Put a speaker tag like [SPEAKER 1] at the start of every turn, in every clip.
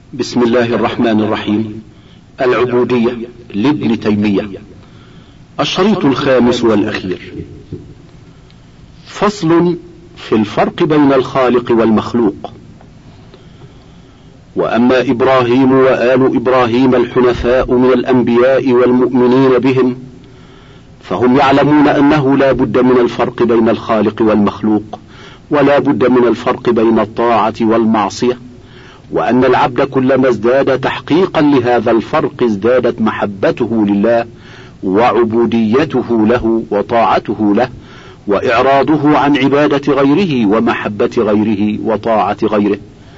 [SPEAKER 1] بسم الله الرحمن الرحيم. العبودية لابن تيمية، الشريط الخامس والأخير. فصل في الفرق بين الخالق والمخلوق. وأما إبراهيم وآل إبراهيم الحنفاء من الأنبياء والمؤمنين بهم، فهم يعلمون أنه لا بد من الفرق بين الخالق والمخلوق، ولا بد من الفرق بين الطاعة والمعصية، وأن العبد كلما ازداد تحقيقا لهذا الفرق ازدادت محبته لله وعبوديته له وطاعته له وإعراضه عن عبادة غيره ومحبة غيره وطاعة غيره.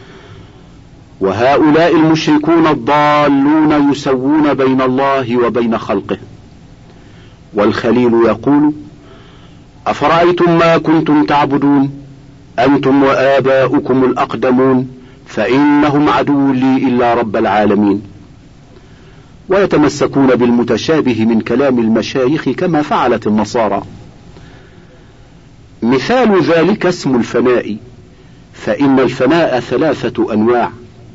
[SPEAKER 1] وهؤلاء المشركون الضالون يسوون بين الله وبين خلقه. والخليل يقول: أفرأيتم ما كنتم تعبدون أنتم وآباؤكم الأقدمون فإنهم عدو لي إلا رب العالمين. ويتمسكون بالمتشابه من كلام المشايخ كما فعلت النصارى. مثال ذلك اسم الفناء، فإن الفناء 3 أنواع: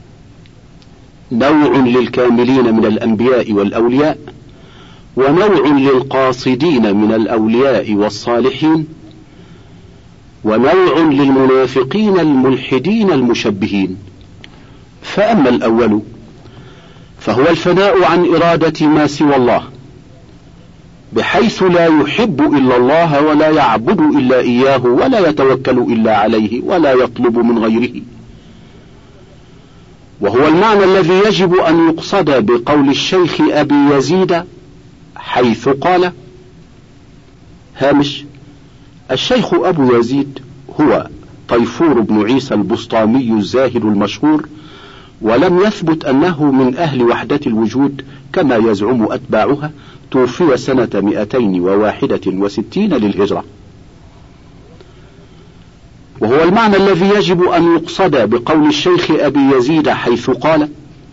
[SPEAKER 1] نوع للكاملين من الأنبياء والأولياء، ونوع للقاصدين من الأولياء والصالحين، ونوع للمنافقين الملحدين المشبهين. فأما الأول فهو الفناء عن إرادة ما سوى الله، بحيث لا يحب إلا الله ولا يعبد إلا إياه ولا يتوكل إلا عليه ولا يطلب من غيره. وهو المعنى الذي يجب أن يقصد بقول الشيخ أبي يزيد حيث قال: هامش: الشيخ أبو يزيد هو طيفور بن عيسى البسطامي الزاهد المشهور، ولم يثبت أنه من أهل وحدة الوجود كما يزعم أتباعها. توفي سنة 261 للهجرة. وهو المعنى الذي يجب أن يقصد بقول الشيخ أبي يزيد حيث قال: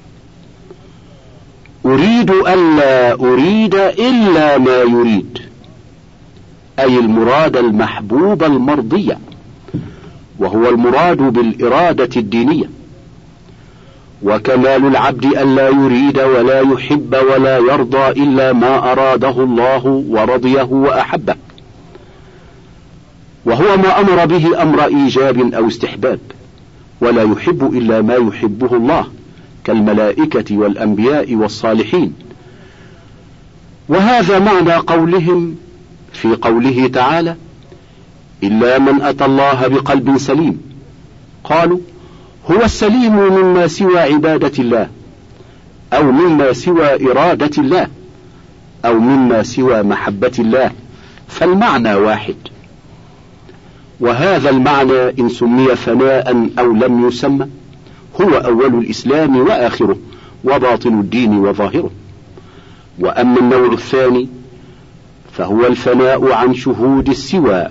[SPEAKER 1] أريد ألا أريد إلا ما يريد، أي المراد المحبوب المرضية، وهو المراد بالإرادة الدينية. وكمال العبد ألا يريد ولا يحب ولا يرضى إلا ما أراده الله ورضيه وأحبه، وهو ما أمر به أمر إيجاب أو استحباب، ولا يحب إلا ما يحبه الله كالملائكة والأنبياء والصالحين. وهذا معنى قولهم في قوله تعالى: إلا من أتى الله بقلب سليم. قالوا: هو السليم مما سوى عبادة الله، أو مما سوى إرادة الله، أو مما سوى محبة الله، فالمعنى واحد. وهذا المعنى إن سمي فناء أو لم يسمى هو أول الإسلام وآخره، وباطن الدين وظاهره. وأما النوع الثاني فهو الفناء عن شهود السوى،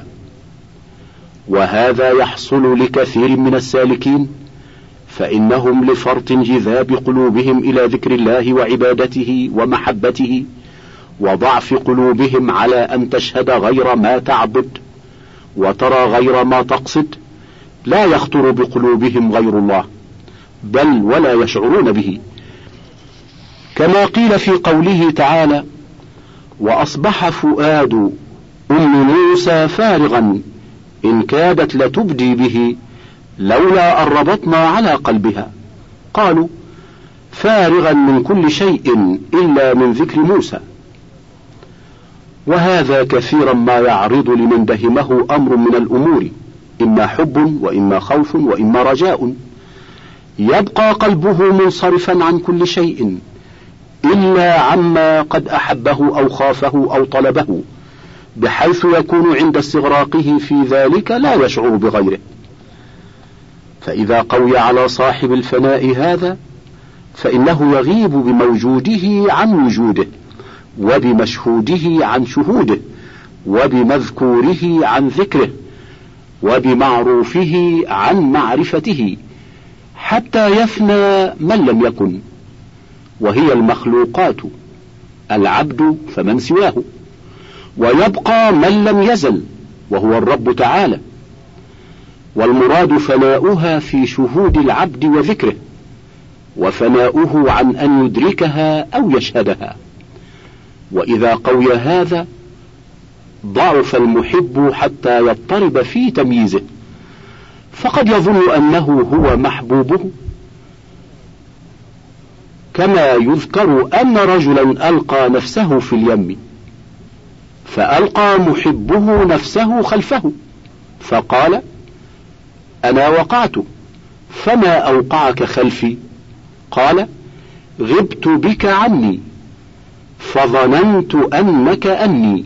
[SPEAKER 1] وهذا يحصل لكثير من السالكين، فإنهم لفرط انجذاب قلوبهم إلى ذكر الله وعبادته ومحبته، وضعف قلوبهم على أن تشهد غير ما تعبد وترى غير ما تقصد، لا يخطر بقلوبهم غير الله، بل ولا يشعرون به. كما قيل في قوله تعالى: وأصبح فؤاد أم موسى فارغا إن كادت لتبدي به لولا أن ربطنا على قلبها. قالوا: فارغا من كل شيء إلا من ذكر موسى. وهذا كثيرا ما يعرض لمن دهمه أمر من الأمور، إما حب وإما خوف وإما رجاء، يبقى قلبه منصرفا عن كل شيء إلا عما قد أحبه أو خافه أو طلبه، بحيث يكون عند استغراقه في ذلك لا يشعر بغيره. فإذا قوي على صاحب الفناء هذا فإنه يغيب بموجوده عن وجوده، وبمشهوده عن شهوده، وبمذكوره عن ذكره، وبمعروفه عن معرفته، حتى يفنى من لم يكن، وهي المخلوقات، العبد فمن سواه، ويبقى من لم يزل وهو الرب تعالى. والمراد فناؤها في شهود العبد وذكره، وفناؤه عن أن يدركها أو يشهدها. وإذا قوي هذا ضعف المحب حتى يضطرب في تمييزه، فقد يظن أنه هو محبوبه، كما يذكر أن رجلا ألقى نفسه في اليم فألقى محبه نفسه خلفه فقال: أنا وقعت، فما أوقعك خلفي؟ قال: غبت بك عني فظننت أنك أني.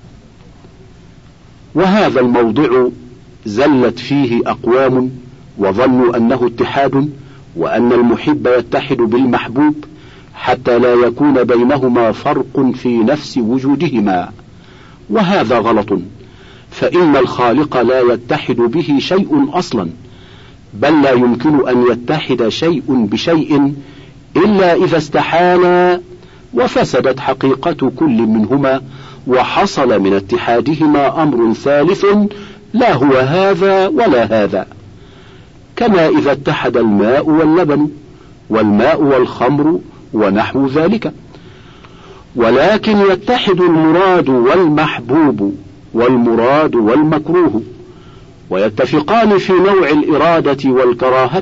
[SPEAKER 1] وهذا الموضع زلت فيه أقوام وظنوا أنه اتحاد، وأن المحب يتحد بالمحبوب حتى لا يكون بينهما فرق في نفس وجودهما، وهذا غلط، فإن الخالق لا يتحد به شيء أصلا، بل لا يمكن أن يتحد شيء بشيء إلا إذا استحالا وفسدت حقيقة كل منهما، وحصل من اتحادهما أمر ثالث لا هو هذا ولا هذا، كما إذا اتحد الماء واللبن والماء والخمر ونحو ذلك. ولكن يتحد المراد والمحبوب والمراد والمكروه، ويتفقان في نوع الإرادة والكراهة،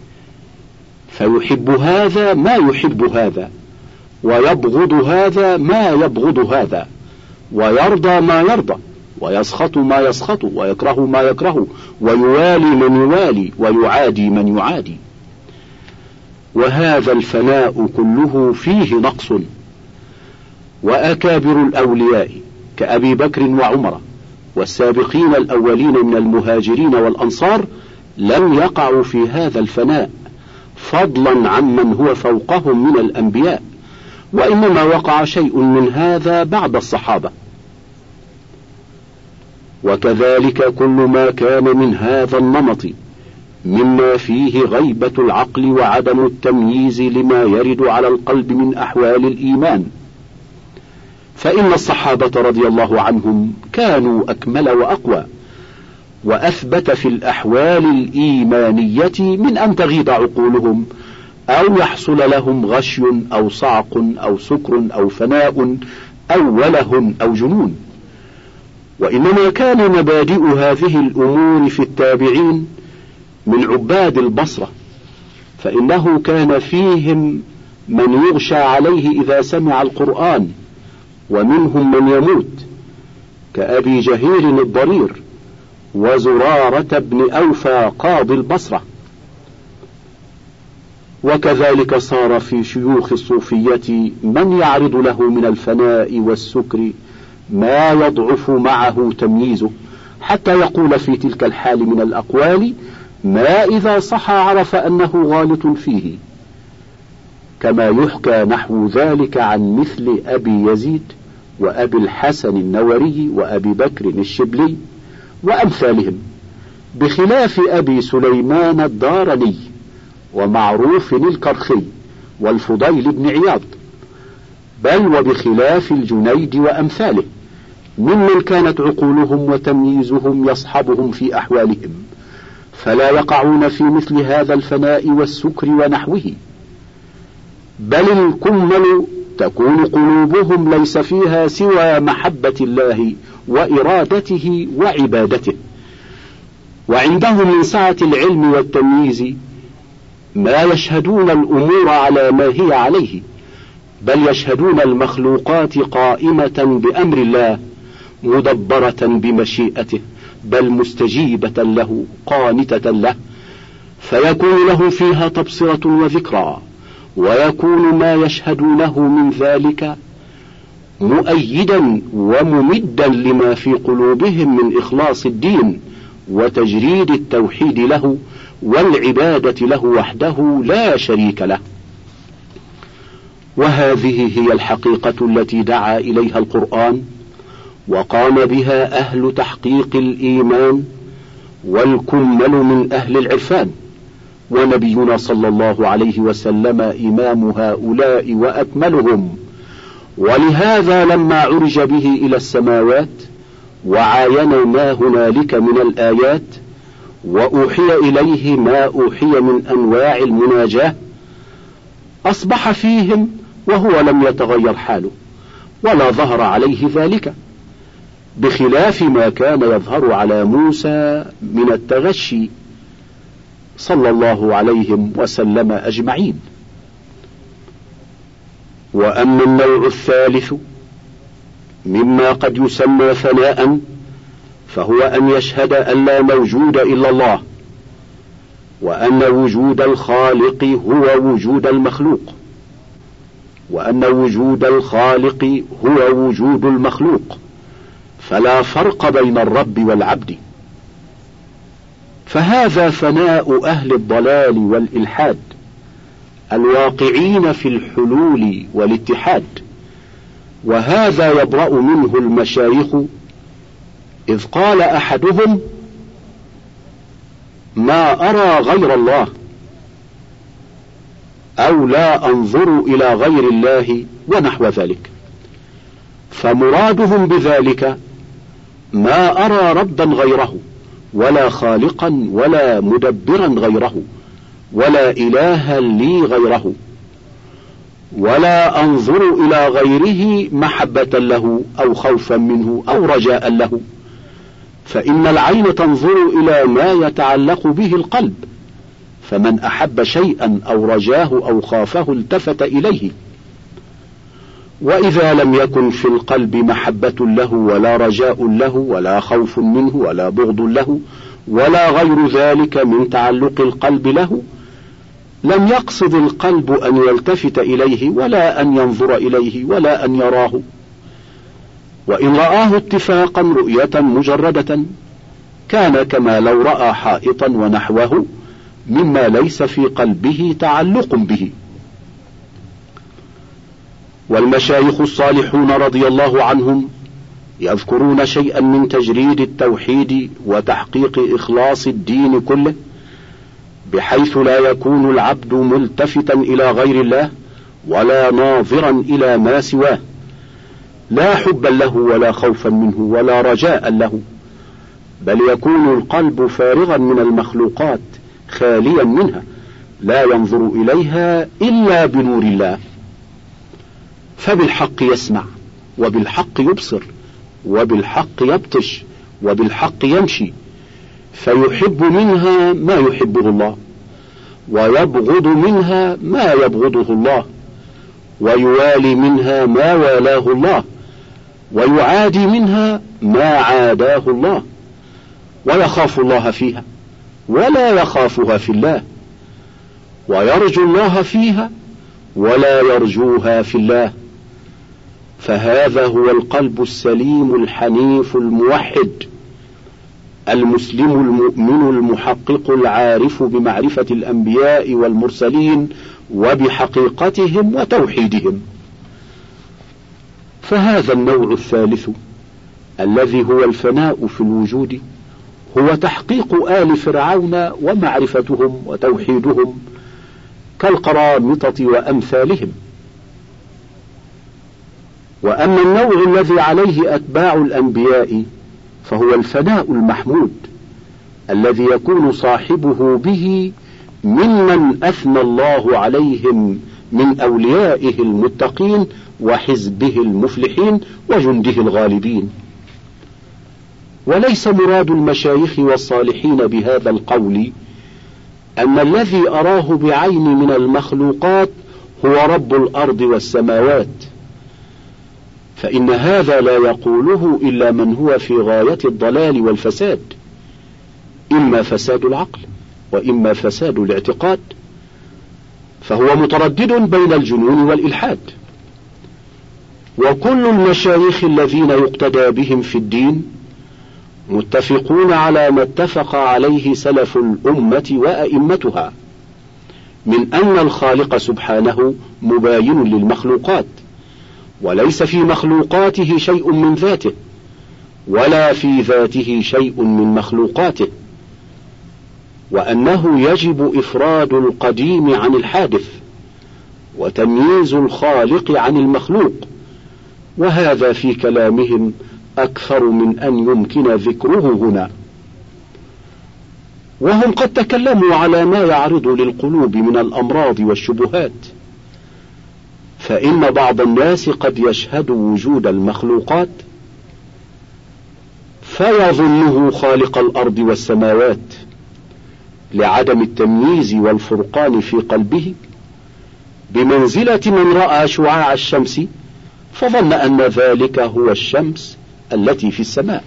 [SPEAKER 1] فيحب هذا ما يحب هذا، ويبغض هذا ما يبغض هذا، ويرضى ما يرضى، ويسخط ما يسخط، ويكره ما يكره، ويوالي من يوالي، ويعادي من يعادي. وهذا الفناء كله فيه نقص. وأكابر الأولياء كأبي بكر وعمر والسابقين الأولين من المهاجرين والأنصار لم يقعوا في هذا الفناء، فضلا عمن هو فوقهم من الأنبياء، وإنما وقع شيء من هذا بعد الصحابة. وكذلك كل ما كان من هذا النمط مما فيه غيبة العقل وعدم التمييز لما يرد على القلب من أحوال الإيمان، فإن الصحابة رضي الله عنهم كانوا أكمل وأقوى وأثبت في الأحوال الإيمانية من أن تغيب عقولهم أو يحصل لهم غشي أو صعق أو سكر أو فناء أو وله أو جنون. وإنما كان مبادئ هذه الأمور في التابعين من عباد البصرة، فإنه كان فيهم من يغشى عليه إذا سمع القرآن، ومنهم من يموت كأبي جهير الضرير وزرارة بن أوفى قاضي البصرة. وكذلك صار في شيوخ الصوفية من يعرض له من الفناء والسكر ما يضعف معه تمييزه، حتى يقول في تلك الحال من الأقوال ما إذا صح عرف أنه غالط فيه، كما يحكى نحو ذلك عن مثل أبي يزيد وأبي الحسن النوري وأبي بكر الشبلي وأمثالهم، بخلاف أبي سليمان الدارني ومعروف الكرخي والفضيل بن عياض، بل وبخلاف الجنيد وأمثاله ممن كانت عقولهم وتمييزهم يصحبهم في أحوالهم، فلا يقعون في مثل هذا الفناء والسكر ونحوه، بل الكمل تكون قلوبهم ليس فيها سوى محبة الله وإرادته وعبادته، وعندهم من سعة العلم والتمييز ما يشهدون الأمور على ما هي عليه، بل يشهدون المخلوقات قائمة بأمر الله مدبرة بمشيئته، بل مستجيبة له قانتة له، فيكون لهم فيها تبصرة وذكرى، ويكون ما يشهدونه من ذلك مؤيدا وممدا لما في قلوبهم من إخلاص الدين وتجريد التوحيد له والعبادة له وحده لا شريك له. وهذه هي الحقيقة التي دعا إليها القرآن وقام بها أهل تحقيق الإيمان والكمل من أهل العرفان، ونبينا صلى الله عليه وسلم إمام هؤلاء وأكملهم. ولهذا لما عرج به إلى السماوات وعاين ما هنالك من الآيات وأوحي إليه ما أوحي من أنواع المناجاة، أصبح فيهم وهو لم يتغير حاله ولا ظهر عليه ذلك، بخلاف ما كان يظهر على موسى من التغشي صلى الله عليهم وسلم أجمعين. وأما النوع الثالث مما قد يسمى ثناء، فهو أن يشهد أن لا موجود إلا الله، وأن وجود الخالق هو وجود المخلوق، وأن وجود الخالق هو وجود المخلوق، فلا فرق بين الرب والعبد. فهذا ثناء أهل الضلال والإلحاد الواقعين في الحلول والاتحاد، وهذا يبرأ منه المشايخ، إذ قال أحدهم: ما أرى غير الله، أو لا أنظر إلى غير الله، ونحو ذلك. فمرادهم بذلك ما أرى ربا غيره، ولا خالقا ولا مدبرا غيره، ولا إلها لي غيره، ولا أنظر إلى غيره محبة له أو خوفا منه أو رجاء له، فإن العين تنظر إلى ما يتعلق به القلب، فمن أحب شيئا أو رجاه أو خافه التفت إليه. وإذا لم يكن في القلب محبة له ولا رجاء له ولا خوف منه ولا بغض له ولا غير ذلك من تعلق القلب له، لم يقصد القلب أن يلتفت إليه ولا أن ينظر إليه ولا أن يراه. وإن رآه اتفاقا رؤية مجردة كان كما لو رأى حائطا ونحوه مما ليس في قلبه تعلق به. والمشايخ الصالحون رضي الله عنهم يذكرون شيئا من تجريد التوحيد وتحقيق إخلاص الدين كله، بحيث لا يكون العبد ملتفتا إلى غير الله ولا ناظرا إلى ما سواه، لا حبا له ولا خوفا منه ولا رجاء له، بل يكون القلب فارغا من المخلوقات خاليا منها، لا ينظر إليها إلا بنور الله. فبالحق يسمع، وبالحق يبصر، وبالحق يبطش، وبالحق يمشي، فيحب منها ما يحبه الله، ويبغض منها ما يبغضه الله، ويوالي منها ما والاه الله، ويعادي منها ما عاداه الله، ويخاف الله فيها ولا يخافها في الله، ويرجو الله فيها ولا يرجوها في الله. فهذا هو القلب السليم الحنيف الموحد المسلم المؤمن المحقق العارف بمعرفة الأنبياء والمرسلين وبحقيقتهم وتوحيدهم. فهذا النوع الثالث الذي هو الفناء في الوجود هو تحقيق آل فرعون ومعرفتهم وتوحيدهم كالقرامطة وأمثالهم. وأما النوع الذي عليه أتباع الأنبياء فهو الفناء المحمود الذي يكون صاحبه به ممن أثنى الله عليهم من أوليائه المتقين وحزبه المفلحين وجنده الغالبين. وليس مراد المشايخ والصالحين بهذا القول أن الذي أراه بعين من المخلوقات هو رب الأرض والسماوات، فإن هذا لا يقوله إلا من هو في غاية الضلال والفساد، إما فساد العقل وإما فساد الاعتقاد، فهو متردد بين الجنون والإلحاد. وكل المشايخ الذين يقتدى بهم في الدين متفقون على ما اتفق عليه سلف الأمة وأئمتها من أن الخالق سبحانه مباين للمخلوقات، وليس في مخلوقاته شيء من ذاته ولا في ذاته شيء من مخلوقاته، وأنه يجب إفراد القديم عن الحادث وتمييز الخالق عن المخلوق، وهذا في كلامهم أكثر من أن يمكن ذكره هنا. وهم قد تكلموا على ما يعرض للقلوب من الأمراض والشبهات فإن بعض الناس قد يشهد وجود المخلوقات فيظنه خالق الأرض والسماوات لعدم التمييز والفرقان في قلبه، بمنزلة من رأى شعاع الشمس فظن أن ذلك هو الشمس التي في السماء.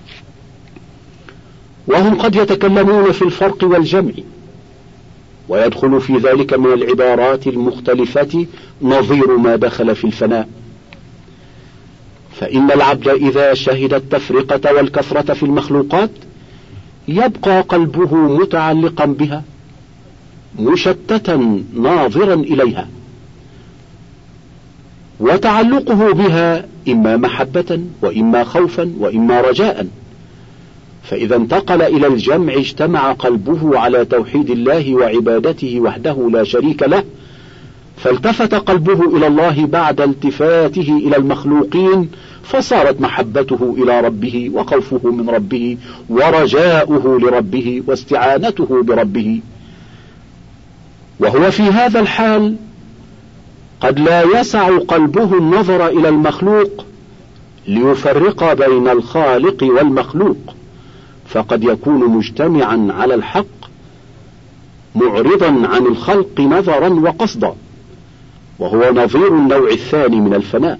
[SPEAKER 1] وهم قد يتكلمون في الفرق والجمع، ويدخل في ذلك من العبارات المختلفة نظير ما دخل في الفناء. فإن العبد إذا شهد التفرقة والكثرة في المخلوقات يبقى قلبه متعلقا بها مشتتا ناظرا إليها، وتعلقه بها إما محبة وإما خوفا وإما رجاء. فإذا انتقل إلى الجمع اجتمع قلبه على توحيد الله وعبادته وحده لا شريك له، فالتفت قلبه إلى الله بعد التفاته إلى المخلوقين، فصارت محبته إلى ربه وخوفه من ربه ورجاؤه لربه واستعانته بربه. وهو في هذا الحال قد لا يسع قلبه النظر إلى المخلوق ليفرق بين الخالق والمخلوق، فقد يكون مجتمعا على الحق معرضا عن الخلق نظرا وقصدا، وهو نظير النوع الثاني من الفناء.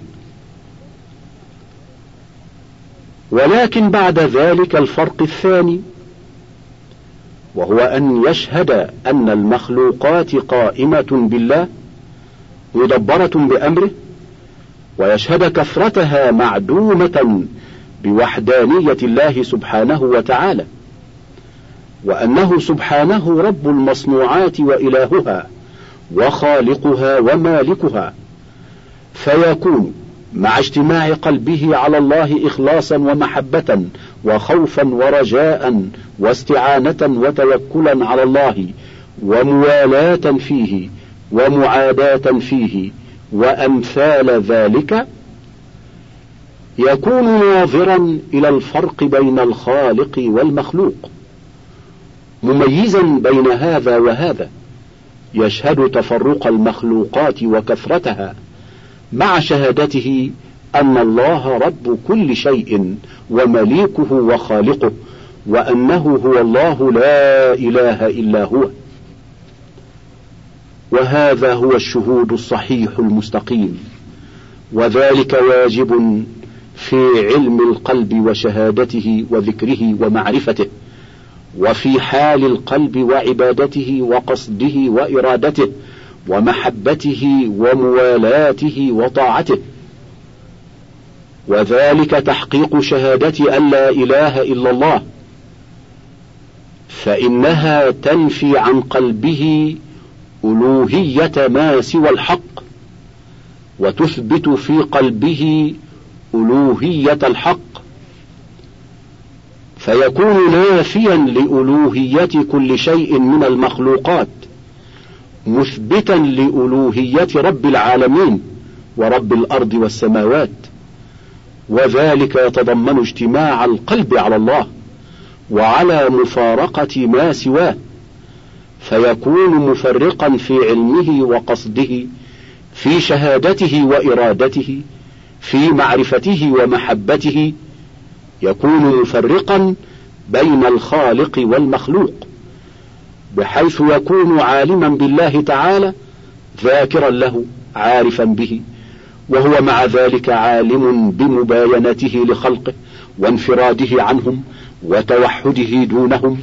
[SPEAKER 1] ولكن بعد ذلك الفرق الثاني، وهو أن يشهد أن المخلوقات قائمة بالله مدبرة بأمره، ويشهد كثرتها معدومة بوحدانية الله سبحانه وتعالى، وأنه سبحانه رب المصنوعات وإلهها وخالقها ومالكها، فيكون مع اجتماع قلبه على الله إخلاصا ومحبة وخوفا ورجاء واستعانة وتوكلا على الله وموالاة فيه ومعاداة فيه وأمثال ذلك، يكون ناظرا إلى الفرق بين الخالق والمخلوق، مميزا بين هذا وهذا، يشهد تفرق المخلوقات وكثرتها مع شهادته أن الله رب كل شيء ومليكه وخالقه، وأنه هو الله لا إله إلا هو. وهذا هو الشهود الصحيح المستقيم، وذلك واجب في علم القلب وشهادته وذكره ومعرفته، وفي حال القلب وعبادته وقصده وإرادته ومحبته وموالاته وطاعته. وذلك تحقيق شهادة أن لا إله إلا الله، فإنها تنفي عن قلبه ألوهية ما سوى الحق، وتثبت في قلبه ألوهية الحق، فيكون نافيا لألوهية كل شيء من المخلوقات، مثبتا لألوهية رب العالمين ورب الأرض والسماوات. وذلك يتضمن اجتماع القلب على الله وعلى مفارقة ما سواه، فيكون مفرقا في علمه وقصده، في شهادته وإرادته، في معرفته ومحبته، يكون مفرقا بين الخالق والمخلوق، بحيث يكون عالما بالله تعالى ذاكرا له عارفا به، وهو مع ذلك عالم بمباينته لخلقه وانفراده عنهم وتوحده دونهم،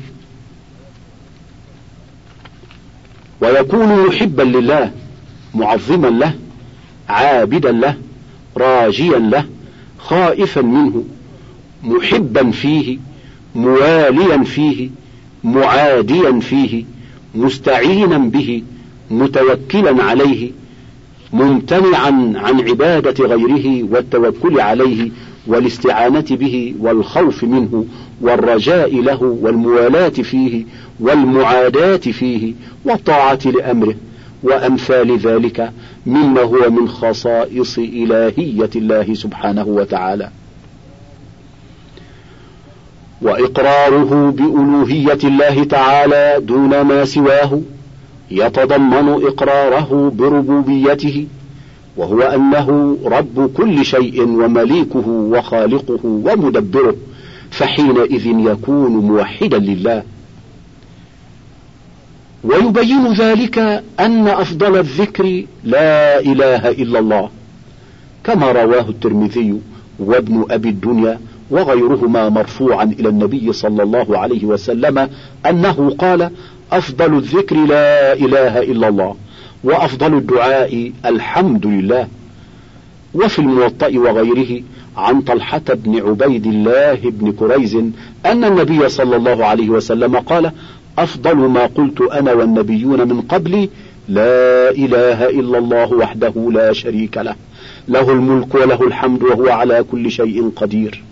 [SPEAKER 1] ويكون محبا لله معظما له عابدا له راجيا له خائفا منه محبا فيه مواليا فيه معاديا فيه مستعينا به متوكلا عليه ممتنعا عن عبادة غيره والتوكل عليه والاستعانة به والخوف منه والرجاء له والموالاة فيه والمعاداة فيه والطاعة لأمره وأمثال ذلك مما هو من خصائص إلهية الله سبحانه وتعالى. وإقراره بألوهية الله تعالى دون ما سواه يتضمن إقراره بربوبيته وهو أنه رب كل شيء ومليكه وخالقه ومدبره، فحينئذ يكون موحدا لله. ويبين ذلك أن أفضل الذكر لا إله إلا الله، كما رواه الترمذي وابن أبي الدنيا وغيرهما مرفوعا إلى النبي صلى الله عليه وسلم أنه قال: أفضل الذكر لا إله إلا الله، وأفضل الدعاء الحمد لله. وفي الموطأ وغيره عن طلحة بن عبيد الله بن كريز أن النبي صلى الله عليه وسلم قال: أفضل ما قلت أنا والنبيون من قبلي لا إله إلا الله وحده لا شريك له، له الملك وله الحمد وهو على كل شيء قدير.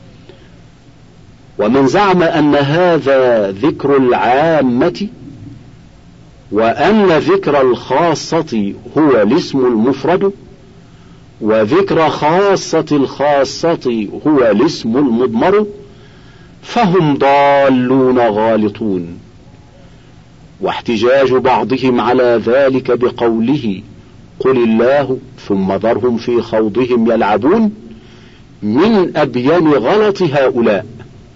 [SPEAKER 1] ومن زعم أن هذا ذكر العامة وأن ذكر الخاصة هو الاسم المفرد، وذكر خاصة الخاصة هو الاسم المضمر، فهم ضالون غالطون. واحتجاج بعضهم على ذلك بقوله: قل الله ثم ذرهم في خوضهم يلعبون، من أبين غلط هؤلاء.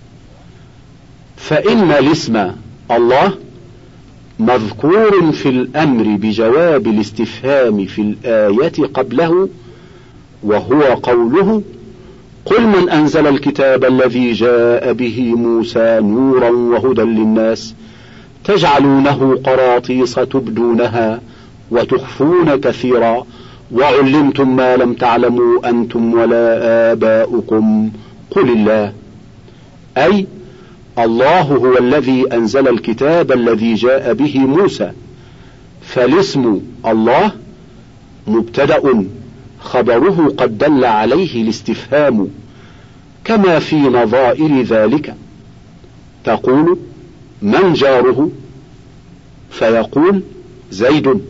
[SPEAKER 1] فإن الاسم الله مذكور في الأمر بجواب الاستفهام في الآية قبله، وهو قوله: قل من أنزل الكتاب الذي جاء به موسى نورا وهدى للناس تجعلونه قراطيس تبدونها وتخفون كثيرا وعلمتم ما لم تعلموا أنتم ولا آباؤكم قل الله. أي الله هو الذي أنزل الكتاب الذي جاء به موسى، فالاسم الله مبتدأ خبره قد دل عليه الاستفهام، كما في نظائر ذلك تقول: من جاره؟ فيقول: زيد.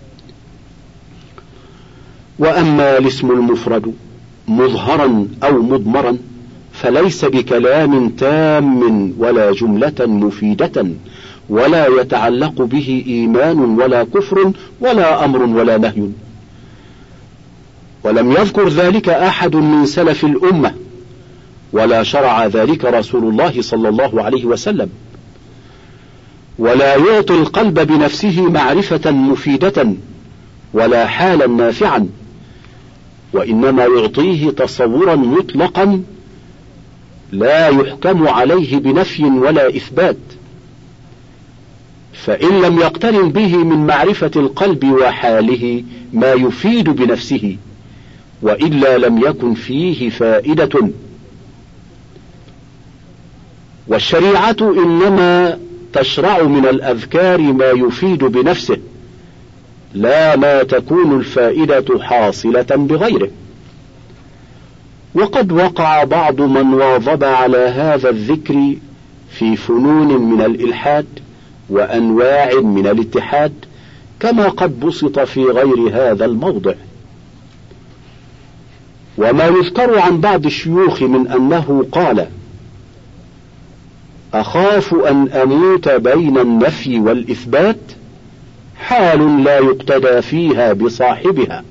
[SPEAKER 1] وأما الاسم المفرد مظهرا أو مضمرا فليس بكلام تام ولا جملة مفيدة، ولا يتعلق به إيمان ولا كفر ولا أمر ولا نهي. ولم يذكر ذلك أحد من سلف الأمة، ولا شرع ذلك رسول الله صلى الله عليه وسلم. ولا يعطي القلب بنفسه معرفة مفيدة ولا حالا نافعا، وإنما يعطيه تصورا مطلقا لا يحكم عليه بنفي ولا إثبات. فإن لم يقترن به من معرفة القلب وحاله ما يفيد بنفسه، وإلا لم يكن فيه فائدة. والشريعة إنما تشرع من الأذكار ما يفيد بنفسه، لا ما تكون الفائدة حاصلة بغيره. وقد وقع بعض من واظب على هذا الذكر في فنون من الإلحاد وأنواع من الاتحاد، كما قد بسط في غير هذا الموضع. وما يذكر عن بعض الشيوخ من أنه قال: أخاف أن أموت بين النفي والإثبات، حال لا يقتدى فيها بصاحبها،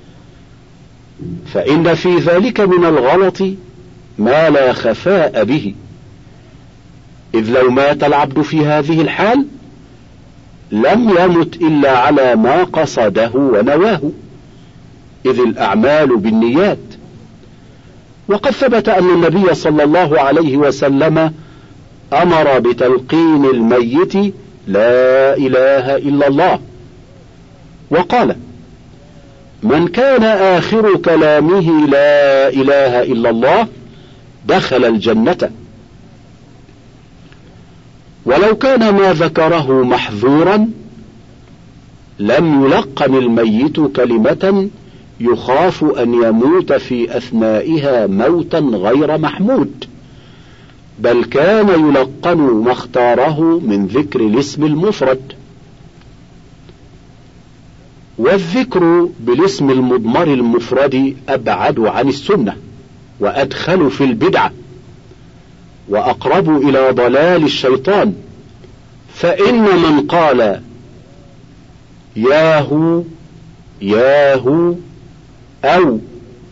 [SPEAKER 1] فإن في ذلك من الغلط ما لا خفاء به، إذ لو مات العبد في هذه الحال لم يمت إلا على ما قصده ونواه، إذ الأعمال بالنيات. وقد ثبت أن النبي صلى الله عليه وسلم أمر بتلقين الميت لا إله إلا الله، وقال: من كان آخر كلامه لا إله إلا الله دخل الجنة. ولو كان ما ذكره محذورا لم يلقن الميت كلمة يخاف أن يموت في أثنائها موتا غير محمود، بل كان يلقن ما اختاره من ذكر الاسم المفرد. والذكر بالاسم المضمر المفرد أبعد عن السنة وأدخل في البدعة وأقرب إلى ضلال الشيطان. فإن من قال ياهو ياهو أو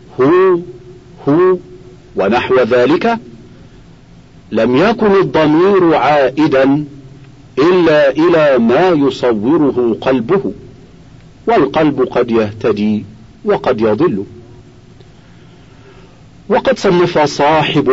[SPEAKER 1] هو ونحو ذلك، لم يكن الضمير عائدا إلا إلى ما يصوره قلبه، والقلب قد يهتدي وقد يضل. وقد صنف صاحب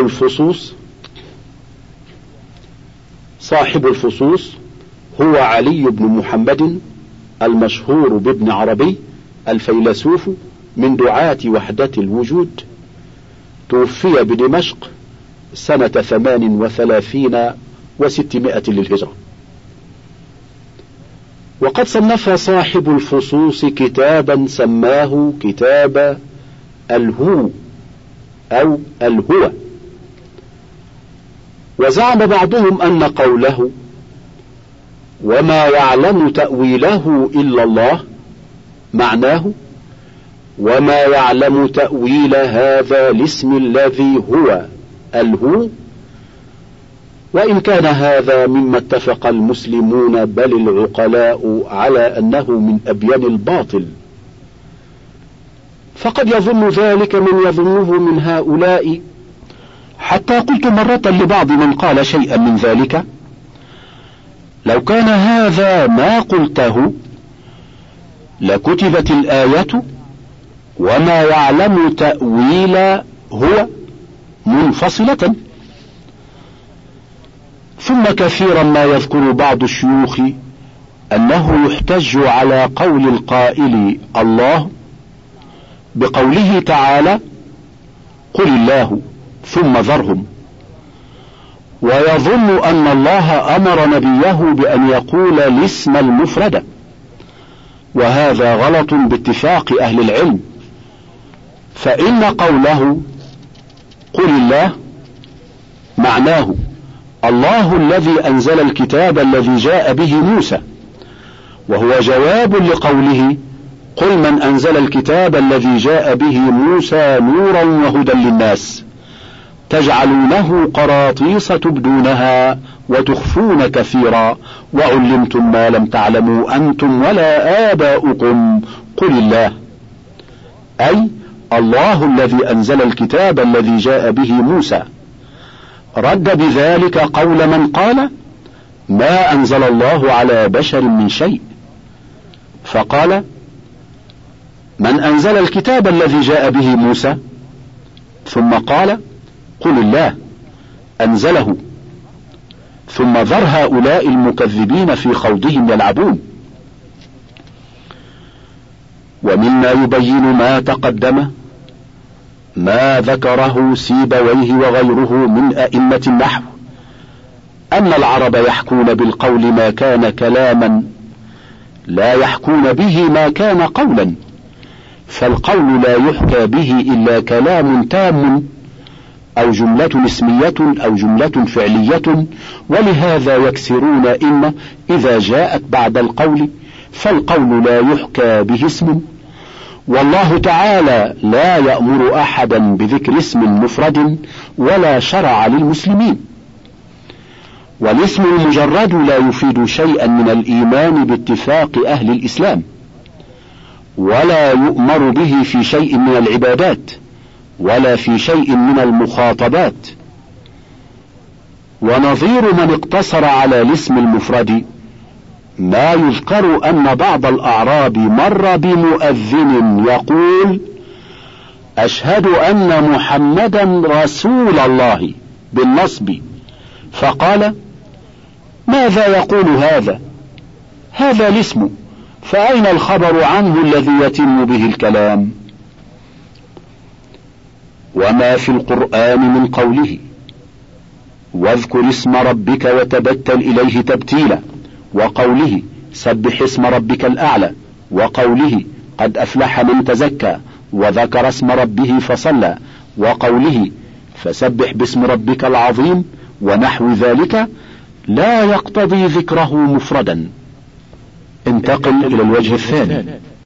[SPEAKER 1] الفصوص هو علي بن محمد المشهور بابن عربي الفيلسوف من دعاة وحدة الوجود، توفي بدمشق سنة 38 و600 للهجرة. وقد صنف صاحب الفصوص كتابا سماه كتاب الهو أو الهوى. وزعم بعضهم أن قوله وما يعلم تأويله إلا الله معناه وما يعلم تأويل هذا الاسم الذي هو الهو، وإن كان هذا مما اتفق المسلمون بل العقلاء على أنه من أبين الباطل، فقد يظن ذلك من يظنه من هؤلاء، حتى قلت مرة لبعض من قال شيئا من ذلك: لو كان هذا ما قلته لكتبت الآية وما يعلم تأويل هو منفصلة. ثم كثيرا ما يذكر بعض الشيوخ أنه يحتج على قول القائل الله بقوله تعالى قل الله ثم ذرهم، ويظن أن الله أمر نبيه بأن يقول الاسم المفرد، وهذا غلط باتفاق أهل العلم، فإن قوله قل الله معناه الله الذي أنزل الكتاب الذي جاء به موسى، وهو جواب لقوله قل من أنزل الكتاب الذي جاء به موسى نورا وهدى للناس تجعلونه قراطيس تبدونها وتخفون كثيرا وعلمتم ما لم تعلموا أنتم ولا آباؤكم قل الله، أي الله الذي أنزل الكتاب الذي جاء به موسى. رد بذلك قول من قال ما أنزل الله على بشر من شيء، فقال من أنزل الكتاب الذي جاء به موسى، ثم قال قل الله أنزله، ثم ذر هؤلاء المكذبين في خوضهم يلعبون. ومما يبين ما تقدم ما ذكره سيبويه وغيره من أئمة النحو أن العرب يحكون بالقول ما كان كلاما لا يحكون به ما كان قولا، فالقول لا يحكى به إلا كلام تام أو جملة اسمية أو جملة فعلية، ولهذا يكسرون إن إذا جاءت بعد القول فالقول لا يحكى به اسم، والله تعالى لا يأمر أحدا بذكر اسم مفرد ولا شرع للمسلمين. والاسم المجرد لا يفيد شيئا من الإيمان باتفاق أهل الإسلام، ولا يؤمر به في شيء من العبادات ولا في شيء من المخاطبات. ونظير من اقتصر على الاسم المفرد ما يذكر أن بعض الأعراب مر بمؤذن يقول أشهد أن محمدا رسول الله بالنصب، فقال ماذا يقول هذا الاسم، فأين الخبر عنه الذي يتم به الكلام؟ وما في القرآن من قوله واذكر اسم ربك وتبتل إليه تبتيلا، وقوله سبح اسم ربك الأعلى، وقوله قد أفلح من تزكى وذكر اسم ربه فصلى، وقوله فسبح باسم ربك العظيم ونحو ذلك، لا يقتضي ذكره مفردا. انتقل إلى الوجه الثاني.